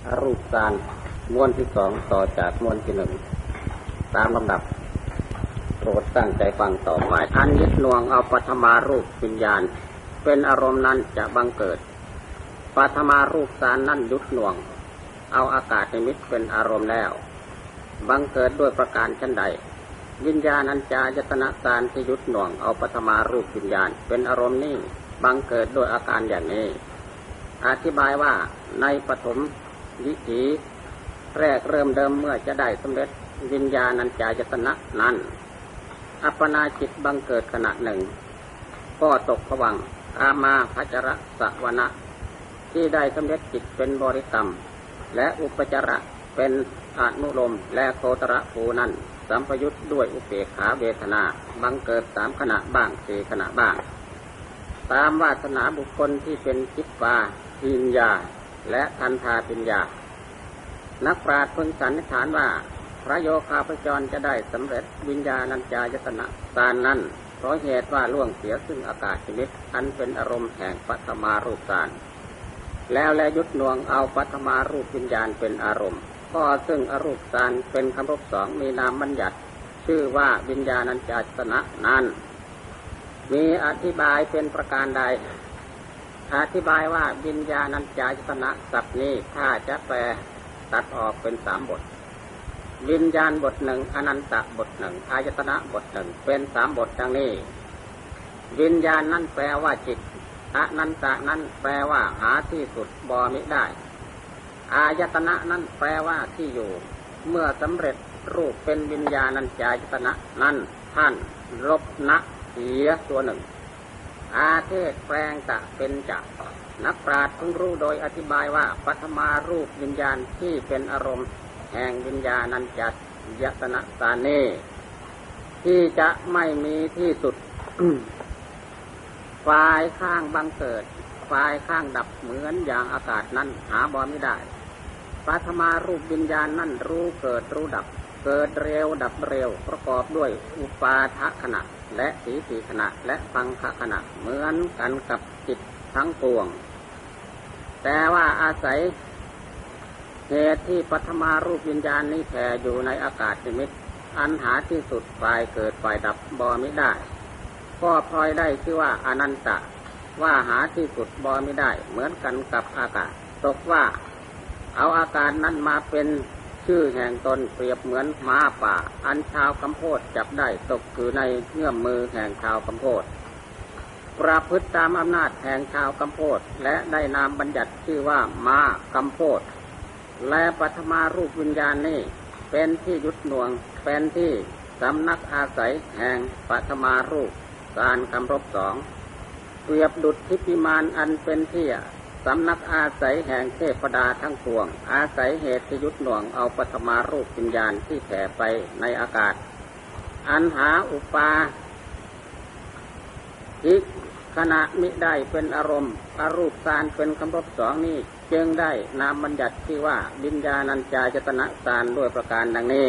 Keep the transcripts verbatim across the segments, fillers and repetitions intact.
รูปการม้วนที่สองต่อจากม้วนที่หนึ่งตามลำดับโปรดตั้งใจฟังต่อไปอันยึดหน่วงเอาปัทมารูปวิญญาณเป็นอารมณ์นั้นจะบังเกิดปัทมารูปสารนั้นยึดหน่วงเอาอากาศนิมิตเป็นอารมณ์แล้วบังเกิดด้วยประการชั้นใดวิญญาณัญจายตนะสารที่ยึดหน่วงเอาปัทมารูปวิญญาณเป็นอารมณ์นี้บังเกิดด้วยอาการอย่างนี้อธิบายว่าในปฐมวิถีแรกเริ่มเดิมเมื่อจะได้สำเร็จวิญญาณัญจายตนะนั้นอัปปนาจิตบังเกิดขณะหนึ่งก็ตกผวังค์กามาภัจระสวนะที่ได้สำเร็จจิตเป็นบริกรรมและอุปจาระเป็นอนุโลมและโคตรภูนั้นสัมปยุตด้วยอุเบกขาเวทนาบังเกิดสามขณะบ้างสี่ขณะบ้างตามวาสนาบุคคลที่เป็นจิตวาปิญญาและทันทาปิญญานักปราชญ์พึงสันนิษฐานว่าพระโยคาพจรจะได้สำเร็จวิญญาณัญจายตนะสารนั้นเพราะเหตุว่าล่วงเสียซึ่งอากาศชนิดอันเป็นอารมณ์แห่งปัทมารูปสารแล้วและยึดหน่วงเอาปัทมารูปวิญญาณเป็นอารมณ์ก็ซึ่งอรูปสารเป็นคำรบสองมีนามบัญญัติชื่อว่าวิญญาณัญจายตนะนั้นมีอธิบายเป็นประการใดอธิบายว่าวิญญาณัญจายตนะศัพท์นี้ถ้าจะแปลตัดออกเป็นสามบทวิญญาณบทหนึ่งอนันตบทหนึ่งอายตนะบทหนึ่งเป็นสามบทดังนี้วิญญาณนั้นแปลว่าจิตอนันตนั้นแปลว่าหาที่สุดบ่มิได้อายตนะนั้นแปลว่าที่อยู่เมื่อสำเร็จรูปเป็นวิญญาณัญจายตนะนั้นท่านลบนะเสียตัวหนึ่งอาเทศแปลงจะเป็นจักนักปราชญ์เพิ่งรู้โดยอธิบายว่าปัทมารูปวิญญาณที่เป็นอารมณ์แห่งวิญญาณัญจายตนะสารนี้ที่จะไม่มีที่สุด ฝ่ายข้างบังเกิดฝ่ายข้างดับเหมือนอย่างอากาศนั้นหาบ่ไม่ได้ปัทมารูปวิญญาณนั้นรู้เกิดรู้ดับเกิดเร็วดับเร็วประกอบด้วยอุปาทขณะและสีสีขณะและพังคขณะเหมือนกันกับจิตทั้งปวงแต่ว่าอาศัยเหตุที่ปัทมารูปวิญญาณนี้แผ่อยู่ในอากาศนิมิตอันหาที่สุดฝ่ายเกิดฝ่ายดับบ่มิได้ก็พลอยได้ชื่อว่าอนันตะว่าหาที่สุดบ่มิได้เหมือนกันกับอากาศตกว่าเอาอากาศนั้นมาเป็นชื่อแห่งตนเปรียบเหมือนม้าป่าอันชาวกัมโพดจับได้ตกอยู่ในเงื่อมมือแห่งชาวกัมโพดประพฤติตามอำนาจแห่งชาวกัมโพดและได้นามบัญญัติชื่อว่าม้ากัมโพดและปัทมารูปวิญญาณนี้เป็นที่ยึดหน่วงเป็นที่สำนักอาศัยแห่งปัทมารูปการคำรบสองเปรียบดุจทิพิมานอันเป็นที่สำนักอาศัยแห่งเทพดาทั้งปวงอาศัยเหตุที่ยึดหน่วงเอาปัทมารูปวิญญาณที่แผ่ไปในอากาศอันหาอุปาทิขณะมิได้เป็นอารมณ์อรูปสารเป็นคำรบสองนี้จึงได้นามบัญญัติที่ว่าวิญญาณัญจายตนะสารด้วยประการดังนี้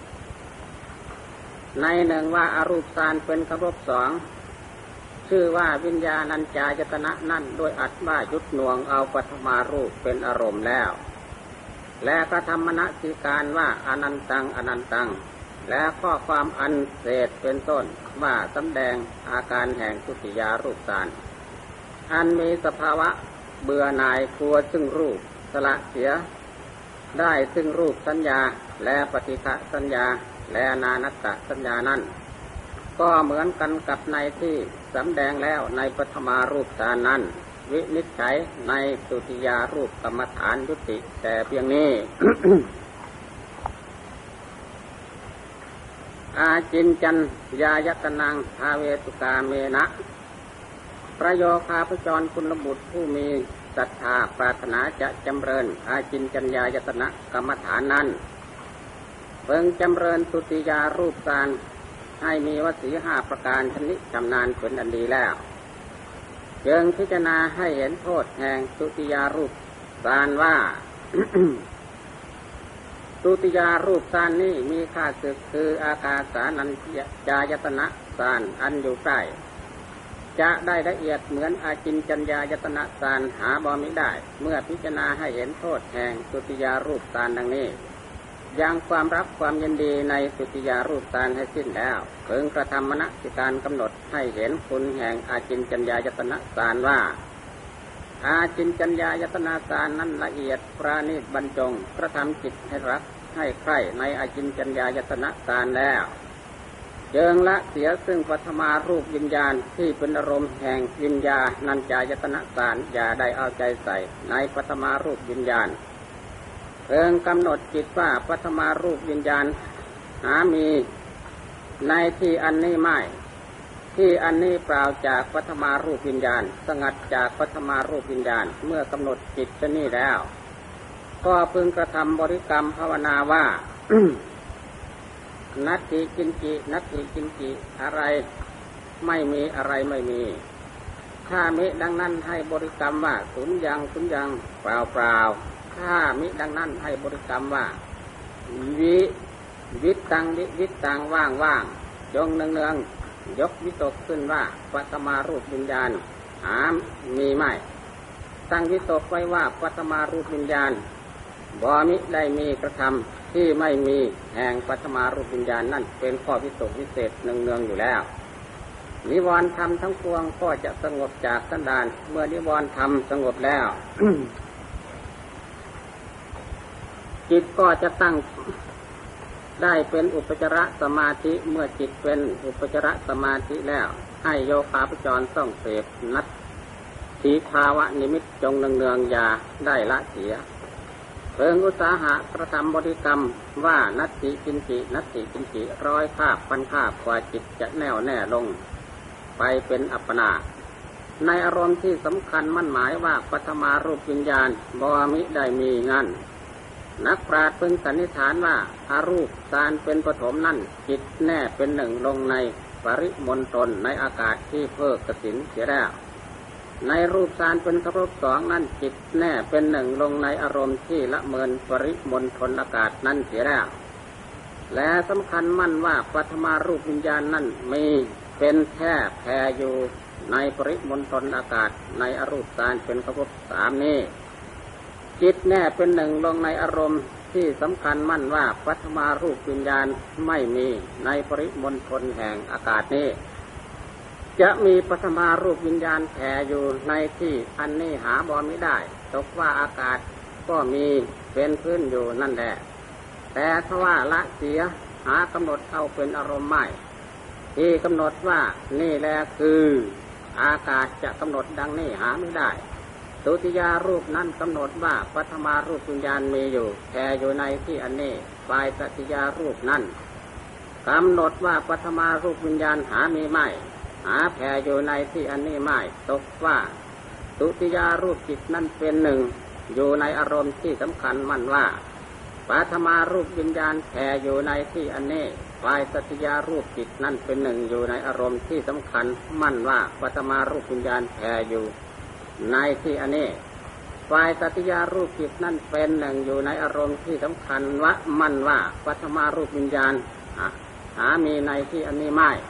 ในหนึ่งว่าอรูปสารเป็นคำรบสองชื่อว่าวิญญาณัญจายตนะนั่นด้วยอัตว่ายึดหน่วงเอาปัทมารูปเป็นอารมณ์แล้วและกระทำมนสิการว่าอนันตังอนันตังและข้อความอันเศษเป็นต้นว่าสำแดงอาการแห่งทุติยารูปสารอันมีสภาวะเบื่อหน่ายกลัวซึ่งรูปสละเสียได้ซึ่งรูปสัญญาและปฏิฆะสัญญาและนานัตตสัญญานั้นก็เหมือนกันกับในที่สำแดงแล้วในปฐมารูปสารนั้นวินิจฉัยในทุติยารูปกรรมฐานยุติแต่เพียงนี้ อาจินจัญญายตนังภาเวตุกาเมนะประโยคาพจรคุณบุตรผู้มีศรัทธาปรารถนาจะจำเริญอาจินจัญญายตนะกรรมฐานนั้นเพิ่งจำเริญทุติยารูปสารให้มีวสีห้าประการชนิดชำนาญเป็นอันดีแล้วจึงพิจารณาให้เห็นโทษแห่งทุติยารูปสารว่า ทุติยารูปสารนี้มีข้าศึกคืออากาสานัญจายตนะสารอันอยู่ใกล้จะได้ละเอียดเหมือนอาจินจัญญายตนะฌานหาบ่มิได้เมื่อพิจารณาให้เห็นโทษแห่งสุติยารูปฌานดังนี้ยังความรักความยินดีในสุติยารูปฌานให้สิ้นแล้วพึงกระทำมนสิการกำหนดให้เห็นคุณแห่งอาจินจัญญายตนะฌานว่าอาจินจัญญายตนะฌานนั้นละเอียดปราณีตบรรจงกระทำจิตให้รักให้ใคร่ในอาจินจัญญายตนะฌานแล้วเจิงละเสียซึ่งปฐมารูปวิญญาณที่เป็นอารมณ์แห่งวิญญาณัญจายตนะฌานอย่าได้เอาใจใส่ในปฐมารูปวิญญาณเพิ่งกำหนดจิตว่าปฐมารูปวิญญาณหามีในที่อันนี้ไม่ที่อันนี้เปล่าจากปฐมารูปวิญญาณสงัดจากปฐมารูปวิญญาณเมื่อกำหนดจิตชนี้แล้วก็พึงกระทำบริกรรมภาวนาว่า นัตถิกินจินัตถิกินจิอะไรไม่มีอะไรไม่มีถ้ามิดังนั้นให้บริกรรมว่าสุญญังสุญญังเปล่าเปล่าถ้ามิดังนั้นให้บริกรรมว่าวิวิตตังวิวิตตังว่างว่างจงเนืองเนืองยกวิตกขึ้นว่าปฐมารูปวิญญาณหามีไม่ตั้งวิตกไว้ว่าปฐมารูปวิญญาณบ่มิได้มีกระทำที่ไม่มีแห่งปฐมารูปวิญญาณนั่นเป็นข้อวิตกวิเศษเนืองเนืองอยู่แล้วนิวรณ์ธรรมทั้งปวงก็จะสงบจากสันดานเมื่อนิวรณ์ธรรมสงบแล้ว จิตก็จะตั้งได้เป็นอุปจารสมาธิเมื่อจิตเป็นอุปจารสมาธิแล้วให้โยคาพจรต้องเสพนัตถีภาวะนิมิตจงเนืองเนืองอย่าได้ละเสียเพิ่งอุตสาหะกระทำบริกรรมว่านัตถิกินจินัตถิกินจิร้อยคาบพันคาบกว่าจิตจะแน่วแน่ลงไปเป็นอัปปนาในอารมณ์ที่สำคัญมั่นหมายว่าปฐมารูปวิญญาณบ่มิได้มีงั้นนักปราชญ์พึงสันนิษฐานว่าอารูปฌานเป็นปฐมนั่นจิตแน่เป็นหนึ่งลงในปริมณฑลในอากาศที่เพิกกสิณเสียแล้วในรูปฌานเป็นครบสองนั่นจิตแน่เป็นหนึ่งลงในอารมณ์ที่ละเมินปริมณฑลอากาศนั้นเสียแล้วและสำคัญมั่นว่าปฐมารูปวิญญาณนั่นมีเป็นแท้แผ่อยู่ในปริมณฑลอากาศในอรูปฌานเป็นครบสามนี้จิตแน่เป็นหนึ่งลงในอารมณ์ที่สำคัญมั่นว่าปฐมารูปวิญญาณไม่มีในปริมณฑลแห่งอากาศนี้จะมีปฐมารูปวิญญาณแผ่อยู่ในที่อันนี้หาบ่มิได้ตกว่าอากาศก็มีเป็นพื้นอยู่นั่นแหละแต่ถ้าว่าละเสียหากำหนดเอาเป็นอารมณ์ไม่ที่กำหนดว่านี่แหละคืออากาศจะกำหนดดังนี้หาไม่ได้สุติยารูปนั้นกำหนดว่าปฐมารูปวิญญาณมีอยู่แผ่อยู่ในที่อันนี้ฝ่ายสัติยารูปนั้นกำหนดว่าปฐมารูปวิญญาณหามีไม่หาแผ่อยู่ในที่อันนี้ไม่ตกว่าสุติยารูปจิตนั้นเป็นหนึ่งอยู่ในอารมณ์ที่สำคัญมั่นว่าปฐมารูปวิญญาณแผ่อยู่ในที่อันนี้ฝ่ายสัติยารูปจิตนั้นเป็นหนึ่งอยู่ในอารมณ์ที่สำคัญมั่นว่าปฐมารูปวิญญาณแผ่อยู่ในที่อันนี้ฝ่ายสัติยารูปจิตนั่นเป็นหนึ่งอยู่ในอารมณ์ที่สำคัญว่ามั่นว่าปฐมารูปวิญญาณหามีในที่อันนี้ไม่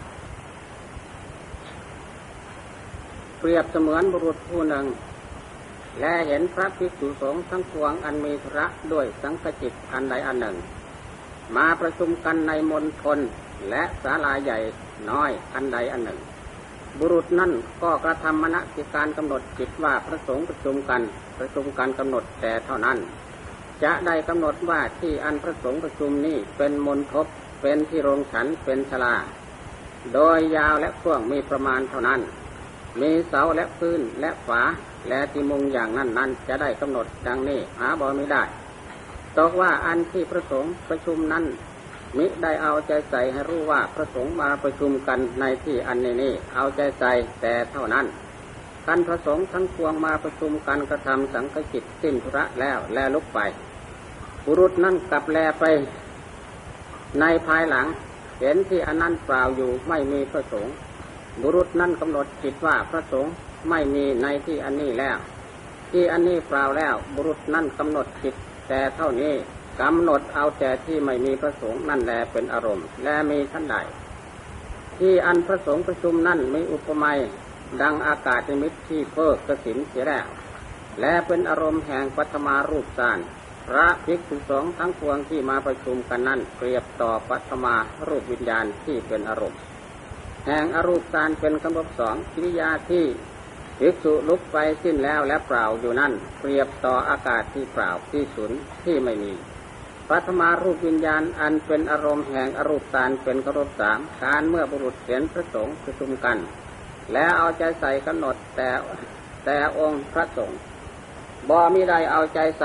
เปรียบเสมือนบุรุษผู้หนึ่งและเห็นพระภิกษุสงฆ์ทั้งปวงอันมีธุระด้วยสังฆจิตอันใดอันหนึ่งมาประชุมกันในมณฑลและศาลาใหญ่น้อยอันใดอันหนึ่งบุรุษนั่นก็กระทำมนสิการกำหนดจิตว่าพระสงฆ์ประชุมกันประชุมกันกำหนดแต่เท่านั้นจะได้กำหนดว่าที่อันพระสงฆ์ประชุมนี้เป็นมณฑปเป็นที่โรงฉันเป็นศาลาโดยยาวและกว้างมีประมาณเท่านั้นมีเสาและพื้นและฝาและที่มุงอย่างนั้นนั้นจะได้กำหนดดังนี้หาบ่ไม่ได้ตกว่าอันที่พระสงฆ์ประชุมนั้นมิได้เอาใจใส่ให้รู้ว่าพระสงฆ์มาประชุมกันในที่อันนี้นี่เอาใจใส่แต่เท่านั้นกันพระสงฆ์ทั้งปวงมาประชุมกันกระทำสังฆกิจสิ้นธุระแล้วแลลุกไปบุรุษนั้นกลับแลไปในภายหลังเห็นที่อันนั้นเปล่าอยู่ไม่มีพระสงฆ์บุรุษนั้นกำหนดจิตว่าพระสงฆ์ไม่มีในที่อันนี้แล้วที่อันนี้เปล่าแล้วบุรุษนั้นกำหนดจิตแต่เท่านี้กำหนดเอาแต่ที่ไม่มีพระสงฆ์นั่นแลเป็นอารมณ์และมีชั้นใดที่อันพระสงฆ์ประชุมนั่นมีอุปมาดังอากาศนิมิตที่เพิกกสินเสียแล้วและเป็นอารมณ์แห่งปัทมารูปฌานพระภิกษุสงฆ์ทั้งปวงที่มาประชุมกันนั้นเปรียบต่อปัทมารูปวิญญาณที่เป็นอารมณ์แห่งอรูปฌานเป็นคำบสองกิริยาที่ภิกษุลุกไปสิ้นแล้วและเปล่าอยู่นั่นเปรียบต่ออากาศที่เปล่าที่สูญที่ไม่มีปัทมารูปวิญญาณอันเป็นอารมณ์แห่งอรูปฌานเป็นคำบสามการเมื่อบุรุษเห็นพระสงฆ์ประชุมกันแล้วเอาใจใส่กำหนดแต่แต่องค์พระสงฆ์บ่มิได้เอาใจใส่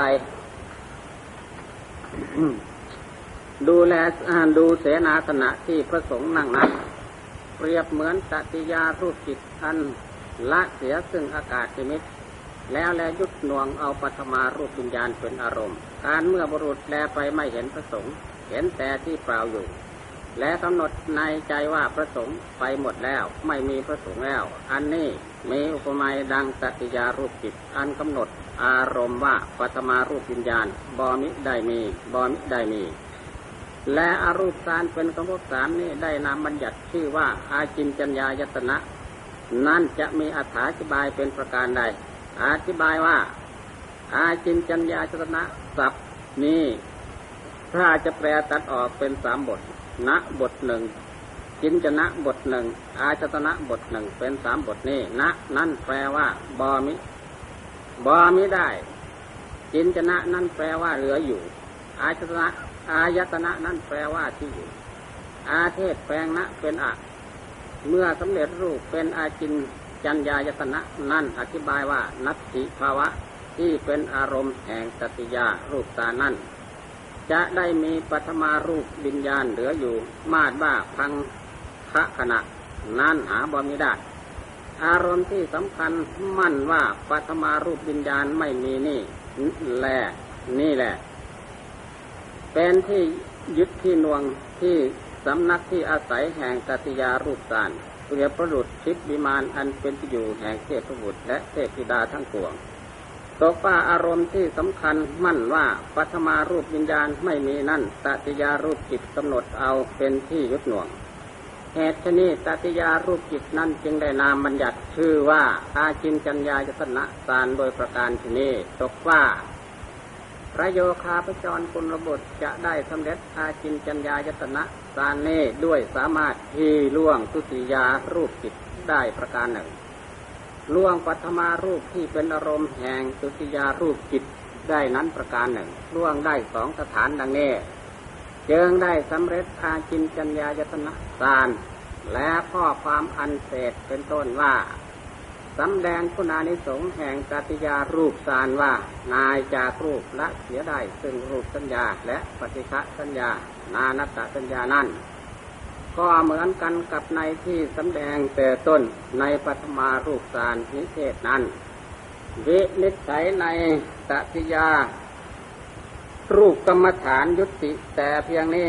ดูแลดูเสนาสนะที่พระสงฆ์นั่งนั้นเปรียบเหมือนตติยารูปจิตอันละเสียซึ่งอากาศนิมิตแล้วแลยุดหน่วงเอาปัทมารูปวิญญาณเป็นอารมณ์การเมื่อบุรุษแลไปไม่เห็นพระสงฆ์เห็นแต่ที่เปล่าอยู่และกำหนดในใจว่าพระสงฆ์ไปหมดแล้วไม่มีพระสงฆ์แล้วอันนี้มีอุปมาดังตติยารูปจิตอันกำหนดอารมณ์ว่าปัทมารูปวิญญาณบ่มิได้มีบ่มิได้มีและอรูปฌานเป็นคำพูดสามนี้ได้นามบัญญัติชื่อว่าอาจินจัญญายตนะนั่นจะมีอธิบายเป็นประการใดอธิบายว่าอาจินจัญญายตนะศัพท์นี้ถ้าจะแปลตัดออกเป็นสามบทณบทหนึ่งจินจนะบทหนึ่งอาจตนะบทหนึ่งเป็นสามบทนี้ณนั่นแปลว่าบ่มิบ่มิได้จินจนะนั่นแปลว่าเหลืออยู่อาจตนะอายตนะนั่นแปลว่าที่อยู่อาเทศแปลงนะเป็นอะเมื่อสำเร็จรูปเป็นอาจินจัญญายตนะนั่นอธิบายว่านัตถิภาวะที่เป็นอารมณ์แห่งตติยารูปฌานนั้นจะได้มีปัทมารูปวิญญาณเหลืออยู่มาดว่าพังคะขณะนั้นหาบ่มิได้อารมณ์ที่สำคัญมั่นว่าปัทมารูปวิญญาณไม่มีนี่แหละนี่แหละเป็นที่ยึดที่น่วงที่สำนักที่อาศัยแห่งตติยารูปฌานเปรียบประดุจทิพย์วิมานอันเป็นที่อยู่แห่งเทพบุตรและเทพธิดาทั้งปวงตกว่าอารมณ์ที่สำคัญมั่นว่าปัทมารูปวิญญาณไม่มีนั่นตติยารูปจิตกำหนดเอาเป็นที่ยึดหน่วงเหตุฉะนี้ตติยารูปจิตนั้นจึงได้นามบัญญัติชื่อว่าอาจินจัญญายตนะฌานโดยประการชนี้ตกว่าพระโยคาพจรกุลบุตรจะได้สำเร็จอาจินจัญญายตนะฌานนี้ด้วยสามารถที่ล่วงทุติยารูปจิตได้ประการหนึ่งล่วงปัทมารูปที่เป็นอารมณ์แห่งทุติยารูปจิตได้นั้นประการหนึ่งล่วงได้สองสถานดังนี้จึงได้สำเร็จอาจินจัญญายตนะฌานและข้อความอันเศษเป็นต้นว่าสำแดงคุณานิสงส์แห่งตติยารูปฌานว่านายจากรูปละเสียได้ซึ่งรูปสัญญาและปฏิฆะสัญญานานัตตสัญญานั้นก็เหมือนกันกับในที่สำแดงแต่ต้นในปัทมารูปฌานนิเทศนั้นวินิจฉัยในตติยารูปกรรมฐานยุติแต่เพียงนี้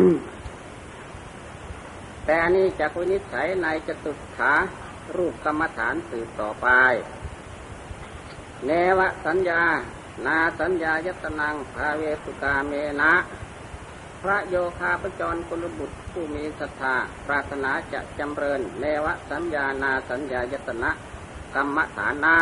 แต่นี้จากวินิจฉัยในจตุขารูปกรรมฐานสืบต่อไปเนวสัญญานาสัญญายตนังภาเวสุกาเมนะพระโยคาพจรกุลบุตรผู้มีศรัทธาปรารถนาจะจำเริญเนวสัญญานาสัญญายตนะกรรมฐานนั้น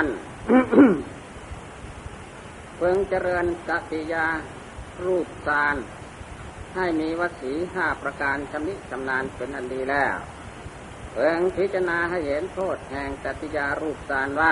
เพิ่งเจริญตติยารูปฌานให้มีวสีห้าประการชำนิชำนาญเป็นอันดีแล้วเพิ่งพิจารณาให้เห็นโทษแห่งตติยารูปฌานว่า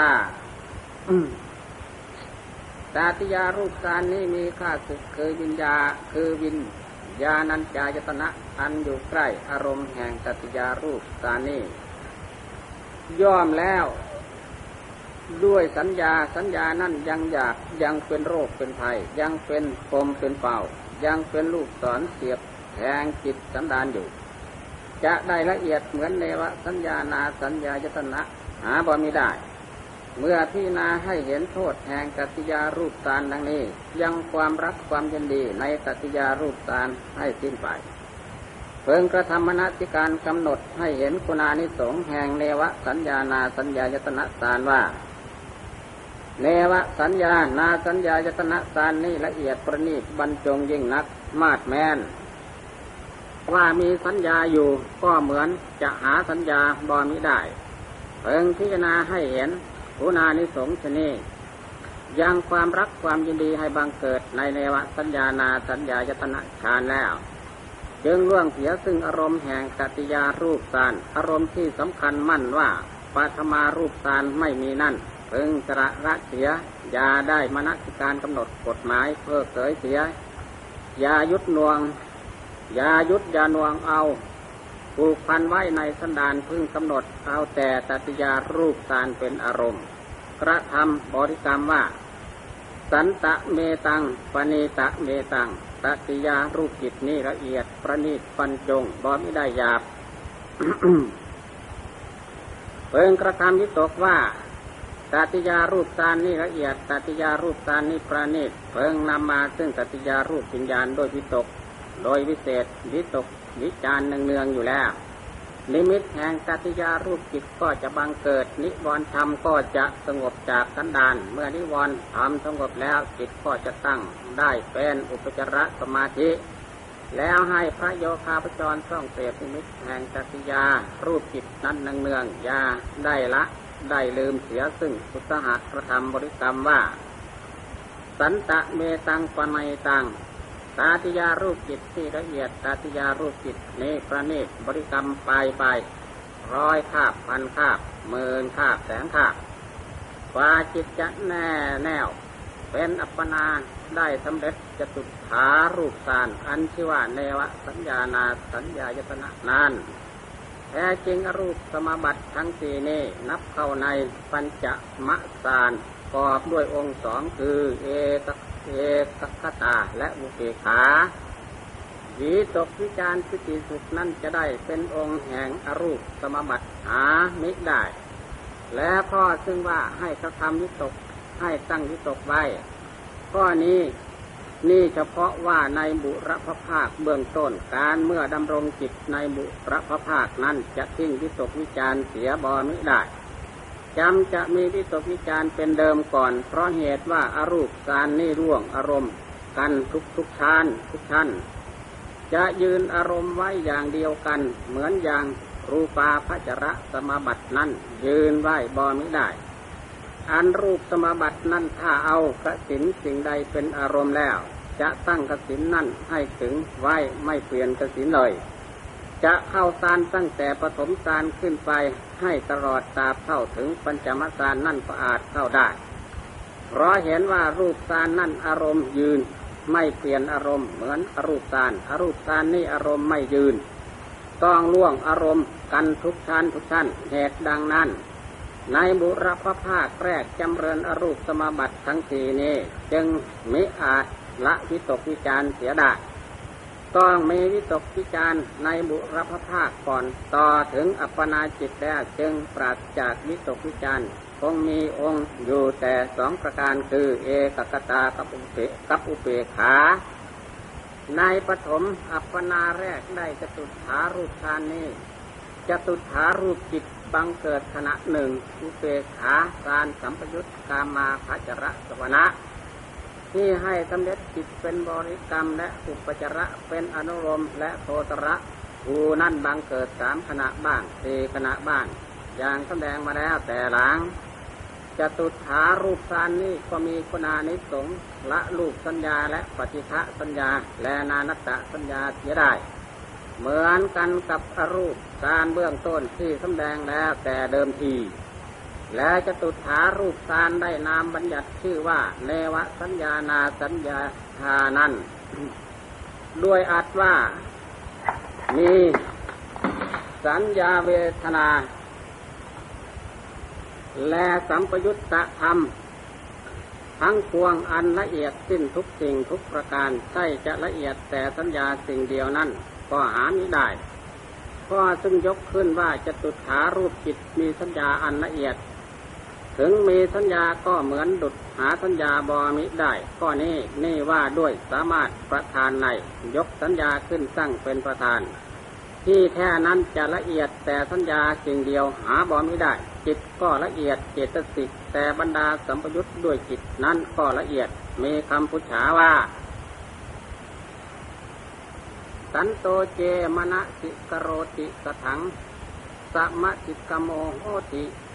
ตติยารูปฌานนี้มีข้าศึกคือวิญญาคือวิญญาณัญจายตนะอันอยู่ใกล้อารมณ์แห่งตติยารูปฌานนี้ย่อมแล้วด้วยสัญญาสัญญานั้นยังอยากยังเป็นโรคเป็นภัยยังเป็นปมเป็นเป่ายังเป็นลูกศรเสียบแทงจิตสันดานอยู่จะได้ละเอียดเหมือนเนวสัญญานาสัญญายตนะหาบ่มิได้เมื่อพิจารณาให้เห็นโทษแห่งตติยารูปฌานดังนี้ยังความรักความยินดีในตติยารูปฌานให้สิ้นไปเพิ่งกระทำมนสิการกำหนดให้เห็นคุณานิสงส์แห่งเนวสัญญานาสัญญายตนะฌานว่าเนวสัญญานาสัญญายตนะฌานนี้ละเอียดประณีตบรรจงยิ่งนักมาดแม้นว่ามีสัญญาอยู่ก็เหมือนจะหาสัญญาบ่มิได้เพิ่งพิจารณาให้เห็นคุณานิสงส์ชนี้ยังความรักความยินดีให้บังเกิดในเนวสัญญานาสัญญายตนะฌานแล้วจึงล่วงเสียซึ่งอารมณ์แห่งกัตติยารูปฌานอารมณ์ที่สำคัญมั่นว่าปัทมารูปฌานไม่มีนั่นพึงสละละเสียอย่าได้มนสิการกำหนดกฎหมายเพื่อเผยเสียอย่ายุดน่วงอย่ายุดอย่าน่วงเอาผูกพันไว้ในสันดานพึงกำหนดเอาแต่กัตติยารูปฌานเป็นอารมณ์กระทำบริกรรมว่าสันตะเมตังปณีตะเมตังกัตติยารูปจิตนี้ละเอียดประณีตปัญจงบ่มิได้หยาบ เพิ่งกระทำวิตกว่ากัตติยารูปฌานนี้ละเอียดกัตติยารูปฌานนี้ประณีตเพิ่งนำมาซึ่งกัตติยารูปวิญญาณโดยวิตกโดยวิเศษวิตกวิจารณ์เนืองๆอยู่แล้วนิมิตแห่งกัตติยารูปจิตก็จะบังเกิดนิวรณ์ธรรมก็จะสงบจากสันดานเมื่อนิวรณ์ธรรมสงบแล้วจิตก็จะตั้งได้เป็นอุปจารสมาธิแล้วให้พระโยคาพจรท่องเสพนิมิตแห่งกัตติยารูปจิตนั้นเนืองๆอย่าได้ละได้ลืมเสียซึ่งพุทธะกระทำบริกรรมว่าสันตะเมตังปนัยตังกัตติยารูปจิตที่ละเอียดกัตติยารูปจิตนี้ประณีตบริกรรมไปไปร้อยคาบพันคาบหมื่นคาบแสนคาบกว่าจิตจะแน่แน่วเป็นอัปปนาได้สำเร็จจตุฐารูปฌานอันชื่อว่าเนวสัญญานาสัญญายตนะนั้นแท้จริงอรูปสมาบัติทั้งสี่นี้นับเข้าในปัญจมฌานประกอบด้วยองค์สองคือเอกเอกคตาและอุเบกขาวิตกวิจารปิติสุขนั้นจะได้เป็นองค์แห่งอรูปสมาบัติหามิได้และข้อซึ่งว่าให้กระทำวิตกให้ตั้งวิตกไว้ข้อนี้นี่เฉพาะว่าในบุรพภาคเบื้องต้นการเมื่อดำรงจิตในบุรพภาคนั้นจะทิ้งวิตกวิจารเสียบ่มิได้จำจะมีวิตกวิจารเป็นเดิมก่อนเพราะเหตุว่าอารูปฌานนี้ร่วงอารมณ์กันทุกทุกฌานทุกชั้นจะยืนอารมณ์ไว้อย่างเดียวกันเหมือนอย่างรูปาภจรสมาบัตินั้นยืนไว้บ่มิได้อันรูปสมาบัตินั้นถ้าเอากสิณสิ่งใดเป็นอารมณ์แล้วจะตั้งกสิณนั้นให้ถึงไว้ไม่เปลี่ยนกสิณเลยจะเข้าฌานตั้งแต่ปฐมฌานขึ้นไปให้ตลอดตราบเข้าถึงปัญจมฌานนั่นก็อาจเข้าได้เพราะเห็นว่ารูปฌานนั่นอารมณ์ยืนไม่เปลี่ยนอารมณ์เหมือนอรูปฌานอรูปฌานนี่อารมณ์ไม่ยืนต้องล่วงอารมณ์กันทุกชั้นทุกชั้นเหตุดังนั้นในบุรพภาคแรกจำเริญอรูปสมาบัติทั้งสี่นี้จึงมิอาจละวิตกวิจารเสียได้ต้องมีวิตกวิจารในบุรพภาคก่อนต่อถึงอัปปนาจิตแล้วจึงปราศจากวิตกวิจารคงมีองค์อยู่แต่สองประการคือเอกคตากับอุเบกกับอุเบกขาในปฐมอัปปนาแรกได้จตุฐารูปฌานนี้จตุฐารูปจิตบังเกิดขณะหนึ่งอุเบกขาฌานสัมปยุตกามาภจรสวนะที่ให้สำเร็จจิตเป็นบริกรรมและอุปจระเป็นอนุโลมและโทตระภูนั่นบังเกิดสามขณะบ้างสี่ขณะบ้างอย่างแสดงมาแล้วแต่หลังจตุฐารูปฌานนี้ก็มีคุณานิสงส์ละรูปสัญญาและปฏิฆะสัญญาและนานัตตสัญญาเสียได้เหมือนกันกับอรูปฌานเบื้องต้นที่แสดงแล้วแต่เดิมทีและจตุฐารูปฌานได้นามบัญญัติชื่อว่าเนวสัญญานาสัญญาฌานั้นด้วยอัตว่ามีสัญญาเวทนาและสัมปยุตตธรรมทั้งปวงอันละเอียดสิ้นทุกสิ่งทุกประการใช่จะละเอียดแต่สัญญาสิ่งเดียวนั้นก็หาไม่ได้ก็ซึ่งยกขึ้นว่าจตุฐารูปจิตมีสัญญาอันละเอียดถึงมีสัญญาก็เหมือนดุจหาสัญญาบ่มิได้ข้อนี้นี่ว่าด้วยสามารถประธานในยกสัญญาขึ้นตั้งเป็นประธานที่แท้นั้นจะละเอียดแต่สัญญาสิ่งเดียวหาบ่มิได้จิตก็ละเอียดเจตสิกแต่บรรดาสัมปยุตด้วยจิตนั้นก็ละเอียดมีคำพุทธาว่าสันโตเจมนะสิกโรติสถังสัมมติกโมโหติ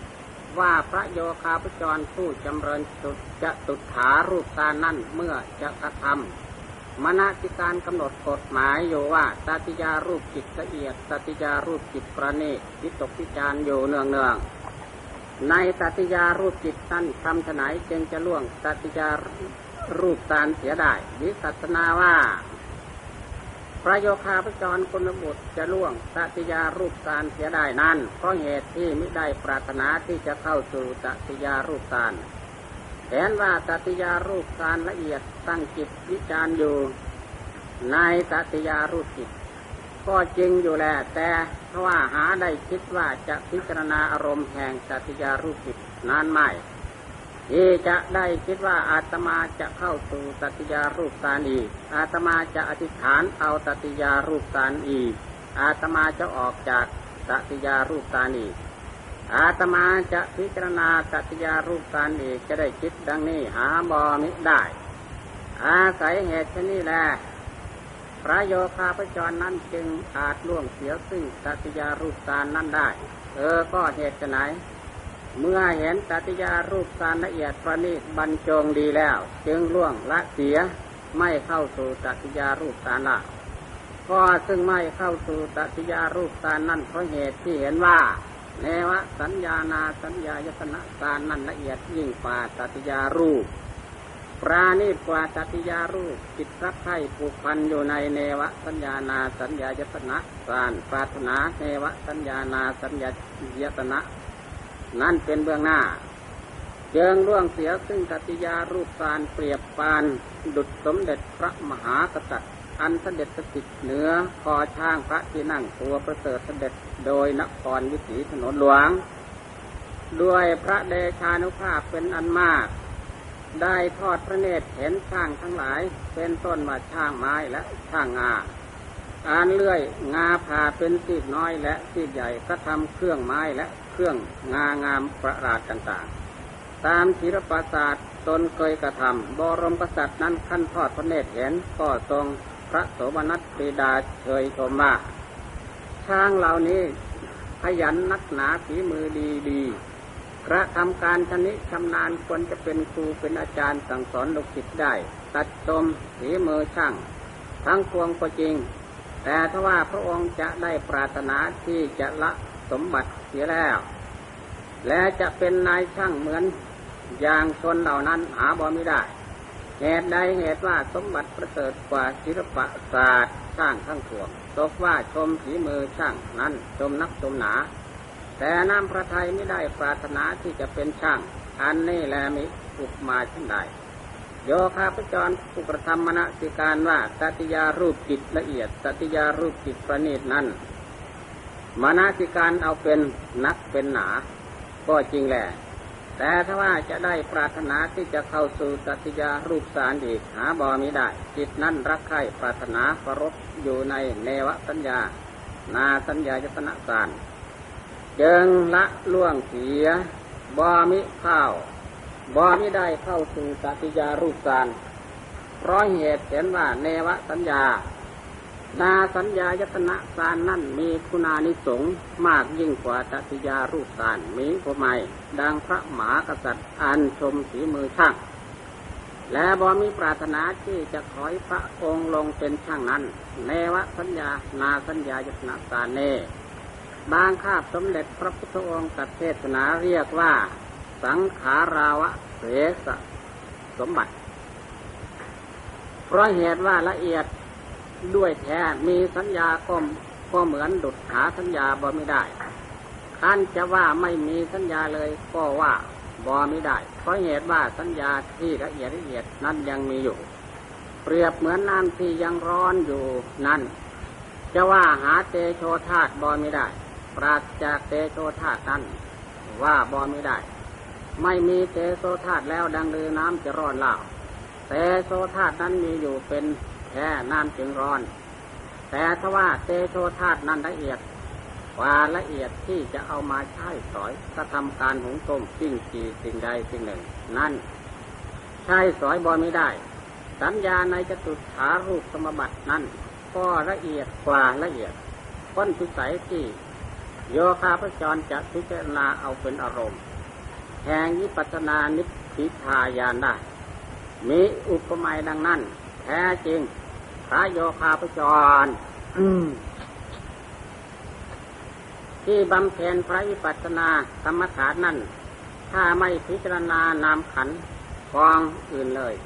ว่าพระโยคาพจรผู้จำเริญสุดจะตุถารูปฌานนั้นเมื่อจะกระทำมนสิการกำหนดกฎหมายอยู่ว่าตติยารูปจิตละเอียดตติยารูปจิตประณีตวิตกวิจารอยู่เนืองเนืองในตติยารูปจิตนั้นทำฉะไหนจึงจะล่วงตติยารูปฌานเสียได้วิสัชนาว่าพระโยคาพจรกุลบุตรจะล่วงตติยารูปฌานเสียได้นั้นเพราะเหตุที่ไม่ได้ปรารถนาที่จะเข้าสู่ตติยารูปฌานเห็นว่าตติยารูปฌานละเอียดตั้งจิตวิจารอยู่ในตติยารูปจิตก็จริงอยู่แลแต่เพราะว่าหาได้คิดว่าจะพิจารณาอารมณ์แห่งตติยารูปจิตนั้นไม่ที่จะได้คิดว่าอาตมาจะเข้าสู่ตติยารูปฌานอีกอาตมาจะอธิษฐานเอาตติยารูปฌานอีกอาตมาจะออกจากตติยารูปฌานอีกอาตมาจะพิจารณาตติยารูปฌานอีกจะได้คิดดังนี้หาบ่มิได้อาศัยเหตุนี้แลพระโยคาพจรนั้นจึงอาจล่วงเสียซึ่งตติยารูปฌานนั้นได้เออก็เหตุไหนเมื่อเห็นตติยารูปฌานละเอียดประณีตบรรจงดีแล้วจึงล่วงละเสียไม่เข้าสู่ตติยารูปฌานละก็ซึ่งไม่เข้าสู่ตติยารูปฌานนั้นเพราะเหตุที่เห็นว่าเนวสัญญานาสัญญายตนะฌานนั้นละเอียดยิ่งกว่าตติยารูปปราณีตกว่าตติยารูปจิตรักใคร่ผูกพันอยู่ในเนวสัญญานาสัญญายตนะฌานปรารถนาเนวสัญญานาสัญญายตนะนั่นเป็นเบื้องหน้าเจิงล่วงเสียซึ่งตติยารูปฌานเปรียบปานดุจสมเด็จพระมหากษัตริย์อันเสด็จสถิตเหนือคอช้างพระที่นั่งตัวประเสริฐเสด็จโดยนครวิถีถนนหลวงด้วยพระเดชานุภาพเป็นอันมากได้ทอดพระเนตรเห็นช้างทั้งหลายเป็นต้นว่าช้างไม้และช้างงาอ่านเลื่อยงาผ่าเป็นซีกน้อยและซีกใหญ่ก็ทำเครื่องไม้และเครื่องงางามประหลาดต่างๆตามศิลปศาสตร์ตนเคยกระทำบรมกษัตริย์นั้นขั้นทอดพระเนตรเห็นก็ทรงพระโสมนัสปรีดาเชยชมว่าช้างเหล่านี้ขยันนักหนาฝีมือดีดีกระทำการชนิชำนาญควรจะเป็นครูเป็นอาจารย์สั่งสอนลูกศิษย์ได้ตัดชมฝีมือช่างทั้งพวงก็จริงแต่ถ้าว่าพระองค์จะได้ปรารถนาที่จะละสมบัติเสียแล้วและจะเป็นนายช่างเหมือนอย่างชนเหล่านั้นหาบ่มิได้เหตุใดเหตุว่าสมบัติประเสริฐกว่าศิลปศาสตร์ช่างทั้งปวงตกว่าชมฝีมือช่างนั้นชมนักชมหนาแต่น้ำพระทัยไม่ได้ปรารถนาที่จะเป็นช่างอันนี้แลมิอุปมาเช่นใดโยคาพจรผู้กระทำมนสิการว่าตติยารูปจิตละเอียดตติยารูปจิตประณีตนั้นมนสิการเอาเป็นนักเป็นหนาก็จริงแหละแต่ถ้าว่าจะได้ปรารถนาที่จะเข้าสู่ตติยารูปฌานอีกหาบ่มิได้จิตนั้นรักใคร่ปรารถนาเคารพอยู่ในเนวสัญญานาสัญญายตนะฌานจึงละล่วงเสียบ่มิเข้าบ่มิได้เข้าสู่ตติยารูปฌานเพราะเหตุเห็นว่าเนวสัญญานาสัญญายตนะฌานนั่นมีคุณานิสงส์มากยิ่งกว่าตติยารูปฌานมีผู้ใหม่ดังพระมหากษัตริย์อันชมฝีมือช่างและบ่มีปรารถนาที่จะขอให้พระองค์ลงเป็นช่างนั้นเนวสัญญานาสัญญายตนะฌานเนบางคาบสมเด็จพระพุทธองค์ตรัสเทศนาเรียกว่าสังขาราวะเสสสมบัติเพราะเหตุว่าละเอียดด้วยแท้มีสัญญาก็ก็เหมือนดุจหาสัญญาบ่ไม่ได้ขั้นจะว่าไม่มีสัญญาเลยก็ว่าบ่ไม่ได้เพราะเหตุว่าสัญญาที่ละเอียดละเอียดนั้นยังมีอยู่เปรียบเหมือนน้ำที่ยังร้อนอยู่นั้นจะว่าหาเตโชธาตุบ่ไม่ได้ปราศจากเตโชธาตุนั้นว่าบ่ไม่ได้ไม่มีเตโชธาตุแล้วดังลือน้ำจะร้อนเล่าเตโชธาตุนั้นมีอยู่เป็นแค่น้ำจึงร้อนแต่ถ้าว่าเตโชธาตุนั้นละเอียดกว่าละเอียดที่จะเอามาใช้สอยกระทำการหุงต้มปิ้งจีสิ่งใดสิ่งหนึ่งนั่นใช้สอยบ่ไม่ได้สัญญาในจตุถารูปสมบัตินั้นก็ละเอียดกว่าละเอียดพ้นพิสัยที่โยคาพจรจะพิจารณาเอาเป็นอารมณ์แห่งวิปัสสนานิพพิทายานได้มีอุปมาดังนั้นแท้จริงพระโยคาพจร ที่บำเพ็ญพระวิปัสสนากรรมฐานนั้นถ้าไม่พิจารณานามขันธ์กองอื่นเลย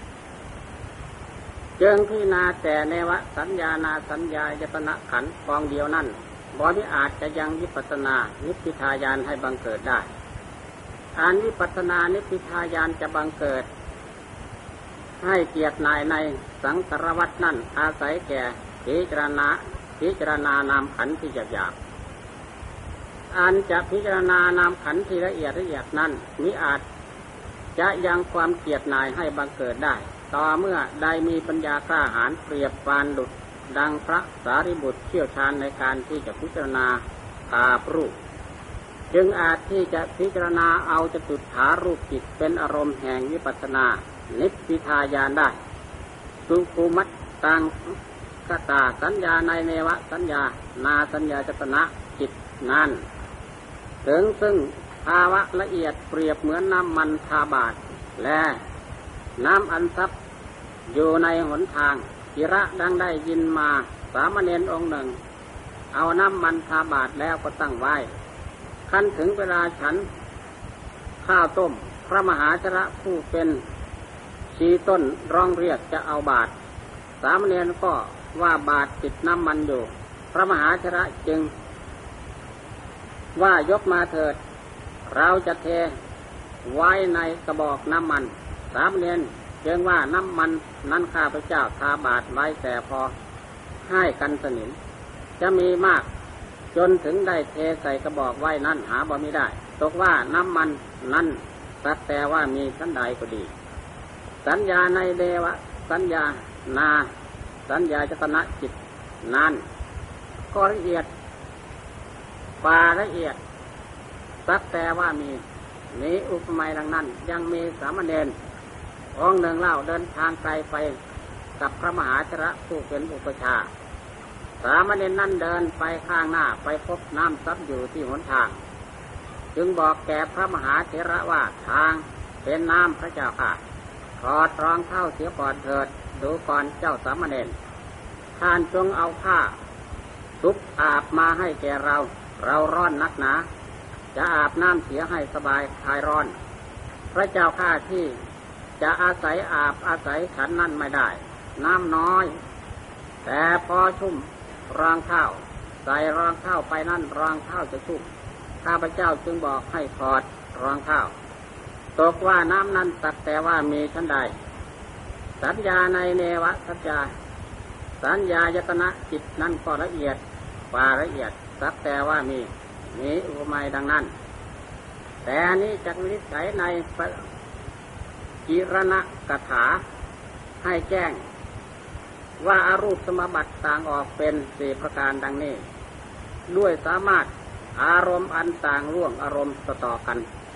จึงพิจารณาแต่เนวสัญญานาสัญญายตนะขันธ์กองเดียวนั้นบ่มิอาจจะยังวิปัสสนานิพพิทายานให้บังเกิดได้อันวิปัสสนานิพพิทายานจะบังเกิดให้เกียรตินายในสังสารวัฏนั่นอาศัยแก่พิจารณาพิจารณานามขันธ์ที่หยาบๆอันจะพิจารณานามขันธ์ที่ละเอียดละเอียดนั้นมิอาจจะยังความเกียรตินายให้บังเกิดได้ต่อเมื่อได้มีปัญญากล้าหาญเปรียบปานดุจดังพระสารีบุตรเชี่ยวชาญในการที่จะพิจารณาภาพรูปจึงอาจที่จะพิจารณาเอาจตุฐารูปจิตเป็นอารมณ์แห่งวิปัสสนานิพพิทายานได้สุขุมัตตังคตาสัญญาในเนวสัญญานาสัญญาจตนะจิตนั้นถึงซึ่งภาวะละเอียดเปรียบเหมือนน้ำมันทาบาทและน้ำอันซับอยู่ในหนทางจิระดังได้ยินมาสามเณรองค์หนึ่งเอาน้ำมันทาบาทแล้วก็ตั้งไว้ขั้นถึงเวลาฉันข้าวต้มพระมหาชระผู้เป็นชีต้นร้องเรียกจะเอาบาทสามเณรก็ว่าบาทติดน้ำมันอยู่พระมหาชระจึงว่ายกมาเถิดเราจะเทไว้ในกระบอกน้ำมันสามเณรจึงว่าน้ำมันนั้นข้าพเจ้าทาบาทไว้แต่พอให้กันสนิมจะมีมากจนถึงได้เทใส่กระบอกไว้นั้นหาบ่มิได้ตกว่าน้ำมันนั้นสักแต่ว่ามีชั้นใดก็ดีสัญญาในเดวะสัญญานาสัญญาจตนะจิตนั้นก็ละเอียดปาละเอียดสักแต่ว่ามีมีอุปมาดังนั้นยังมีสามเณรองค์หนึ่งเล่าเดินทางไกลไปกับพระมหาชระผู้เป็นอุปชาสามเณรนั่นเดินไปข้างหน้าไปพบน้ำซับอยู่ที่หนทางจึงบอกแก่พระมหาเถระว่าทางเป็นน้ำพระเจ้าค่ะถอดรองเท้าเสียก่อนเถิดดูก่อนเจ้าสามเณรท่านจงเอาผ้าซุปอาบมาให้แก่เราเราร้อนนักหนาจะอาบน้ำเสียให้สบายคลายร้อนพระเจ้าข้าที่จะอาศัยอาบอาศัยฉันนั่นไม่ได้น้ำน้อยแต่พอชุ่มรองเท้าใส่รองเท้าไปนั่นรองเท้าจะชุ่มข้าพเจ้าจึงบอกให้ถอดรองเท้าตกว่าน้ำนั้นสักแต่ว่ามีชั้นใดสัญญาในเนวสัญญาสัญญายตนะจิตนั้นก็ละเอียดกว่าละเอียดสักแต่ว่ามีมีอุปมาดังนั้นแต่นี้จักนิสัยในจิรณกถาให้แจ้งว่าอารูปสมบัติต่างออกเป็นสี่ประการดังนี้ด้วยสามารถอารมณ์อันต่างร่วงอารมณ์ต่อกัน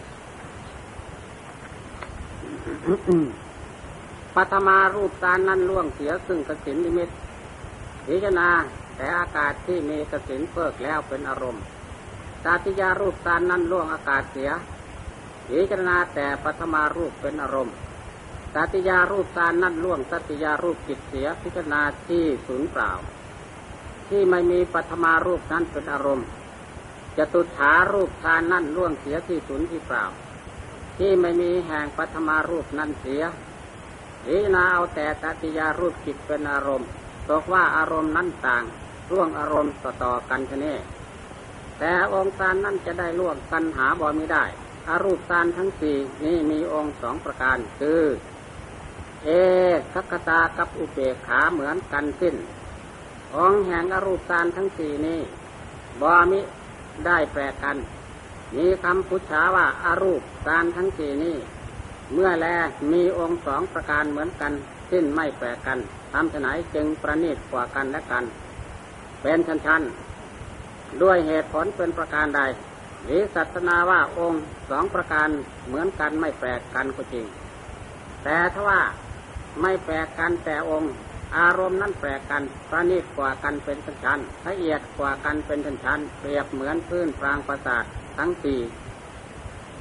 ปัทมารูปฌานนั้นล่วงเสียซึ่งกสิณนิมิตพิจารณาแต่อากาศที่มีกสิณเพิกแล้วเป็นอารมณ์ตติยารูปฌานนั้นล่วงอากาศเสียพิจารณาแต่ปัทมารูปเป็นอารมณ์ตติยารูปฌานนั้นล่วงตติยารูปจิตเสียพิจารณาที่ศูนย์เปล่าที่ไม่มีปัทมารูปนั้นเป็นอารมณ์จตุฐารูปฌานนั้นล่วงเสียที่ศูนย์ที่เปล่าที่ไม่มีแห่งปัทมารูปนั้นเสียพิจารณาเอาแต่ตติยารูปจิตเป็นอารมณ์ตกว่าอารมณ์นั้นต่างร่วงอารมณ์ต่อๆกันชนิดแต่องค์ฌานนั้นจะได้ร่วงกันหาบ่มิได้อารูปฌานทั้งสี่นี้มีองค์สองประการคือเอกัคคตากับอุเบกขาเหมือนกันสิ้นองค์แห่งอรูปฌานทั้งสี่นี้บ่มิได้แปรกันมีคำพุทธาว่าอารูปฌานทั้งสี่นี้เมื่อแลมีองค์สองประการเหมือนกันสิ้นไม่แปรกันทำฉะไหนจึงประณีตกว่ากันและกันเป็นชั้นๆด้วยเหตุผลเป็นประการใดหรือศาสนาว่าองค์สองประการเหมือนกันไม่แปรกันก็จริงแต่ถ้าว่าไม่แปรกันแต่องค์อารมณ์นั้นแปรกันประณีตกว่ากันเป็นชั้นๆละเอียดกว่ากันเป็นชั้นๆเปรียบเหมือนพื้นปรางปราสาททั้งสี่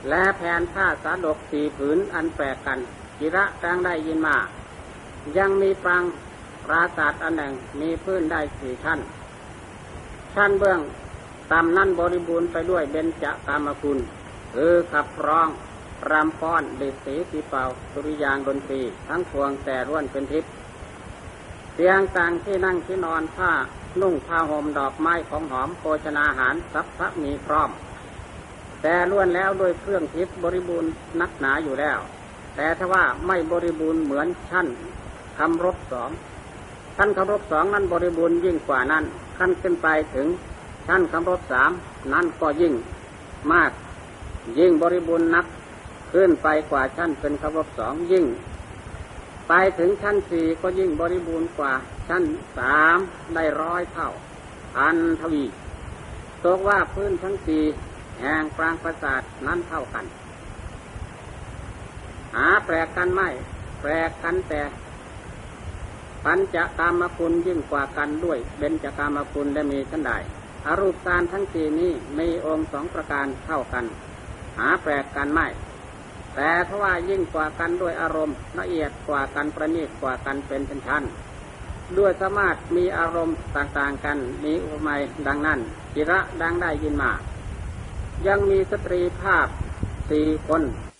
และแผ่นผ้าสาดกสี่ผืนอันแปลกกันจิระดังได้ยินมายังมีปรางปราสาทอันหนึ่งมีพื้นได้สี่ชั้นชั้นเบื้องต่ำนั้นบริบูรณ์ไปด้วยเบญจกามกุลคือขับร้องรำฟ้อนดิสีปีเป่าสุริยางดนตรีทั้งพวงแต่ร่วนเป็นทิพย์เตียงต่างที่นั่งที่นอนผ้านุ่งผ้าห่มดอกไม้ของหอมโภชนาอาหารสัพพะมีพร้อมแต่ล้วนแล้วโดยเครื่องทิพย์บริบูรณ์นักหนาอยู่แล้วแต่ถ้าว่าไม่บริบูรณ์เหมือนชั้นคำรบสองชั้นคำรบสองนั้นบริบูรณ์ยิ่งกว่านั้นขั้นขึ้นไปถึงชั้นคำรบสามนั้นก็ยิ่งมากยิ่งบริบูรณ์นักขึ้นไปกว่าชั้นเป็นคำรบสองยิ่งไปถึงชั้นสี่ก็ยิ่งบริบูรณ์กว่าชั้นสามได้ร้อยเท่าพันทวีตกว่าพื้นทั้งสี่แห่งปรางปราสาทนั้นเท่ากันหาแปลกกันไม่แปลกกันแต่ปัญจกามคุณยิ่งกว่ากันด้วยเบญจกามคุณและมีชั้นใดอรูปการทั้งสี่นี้มีองค์สองประการเท่ากันหาแปลกกันไม่แต่เพราะว่ายิ่งกว่ากันด้วยอารมณ์ละเอียดกว่ากันประณีตกว่ากันเป็นชั้นๆด้วยสามารถมีอารมณ์ต่างๆกันมีอุปมาดังนั้นจิระดังได้ยินมายังมีสตรีภาพสี่คน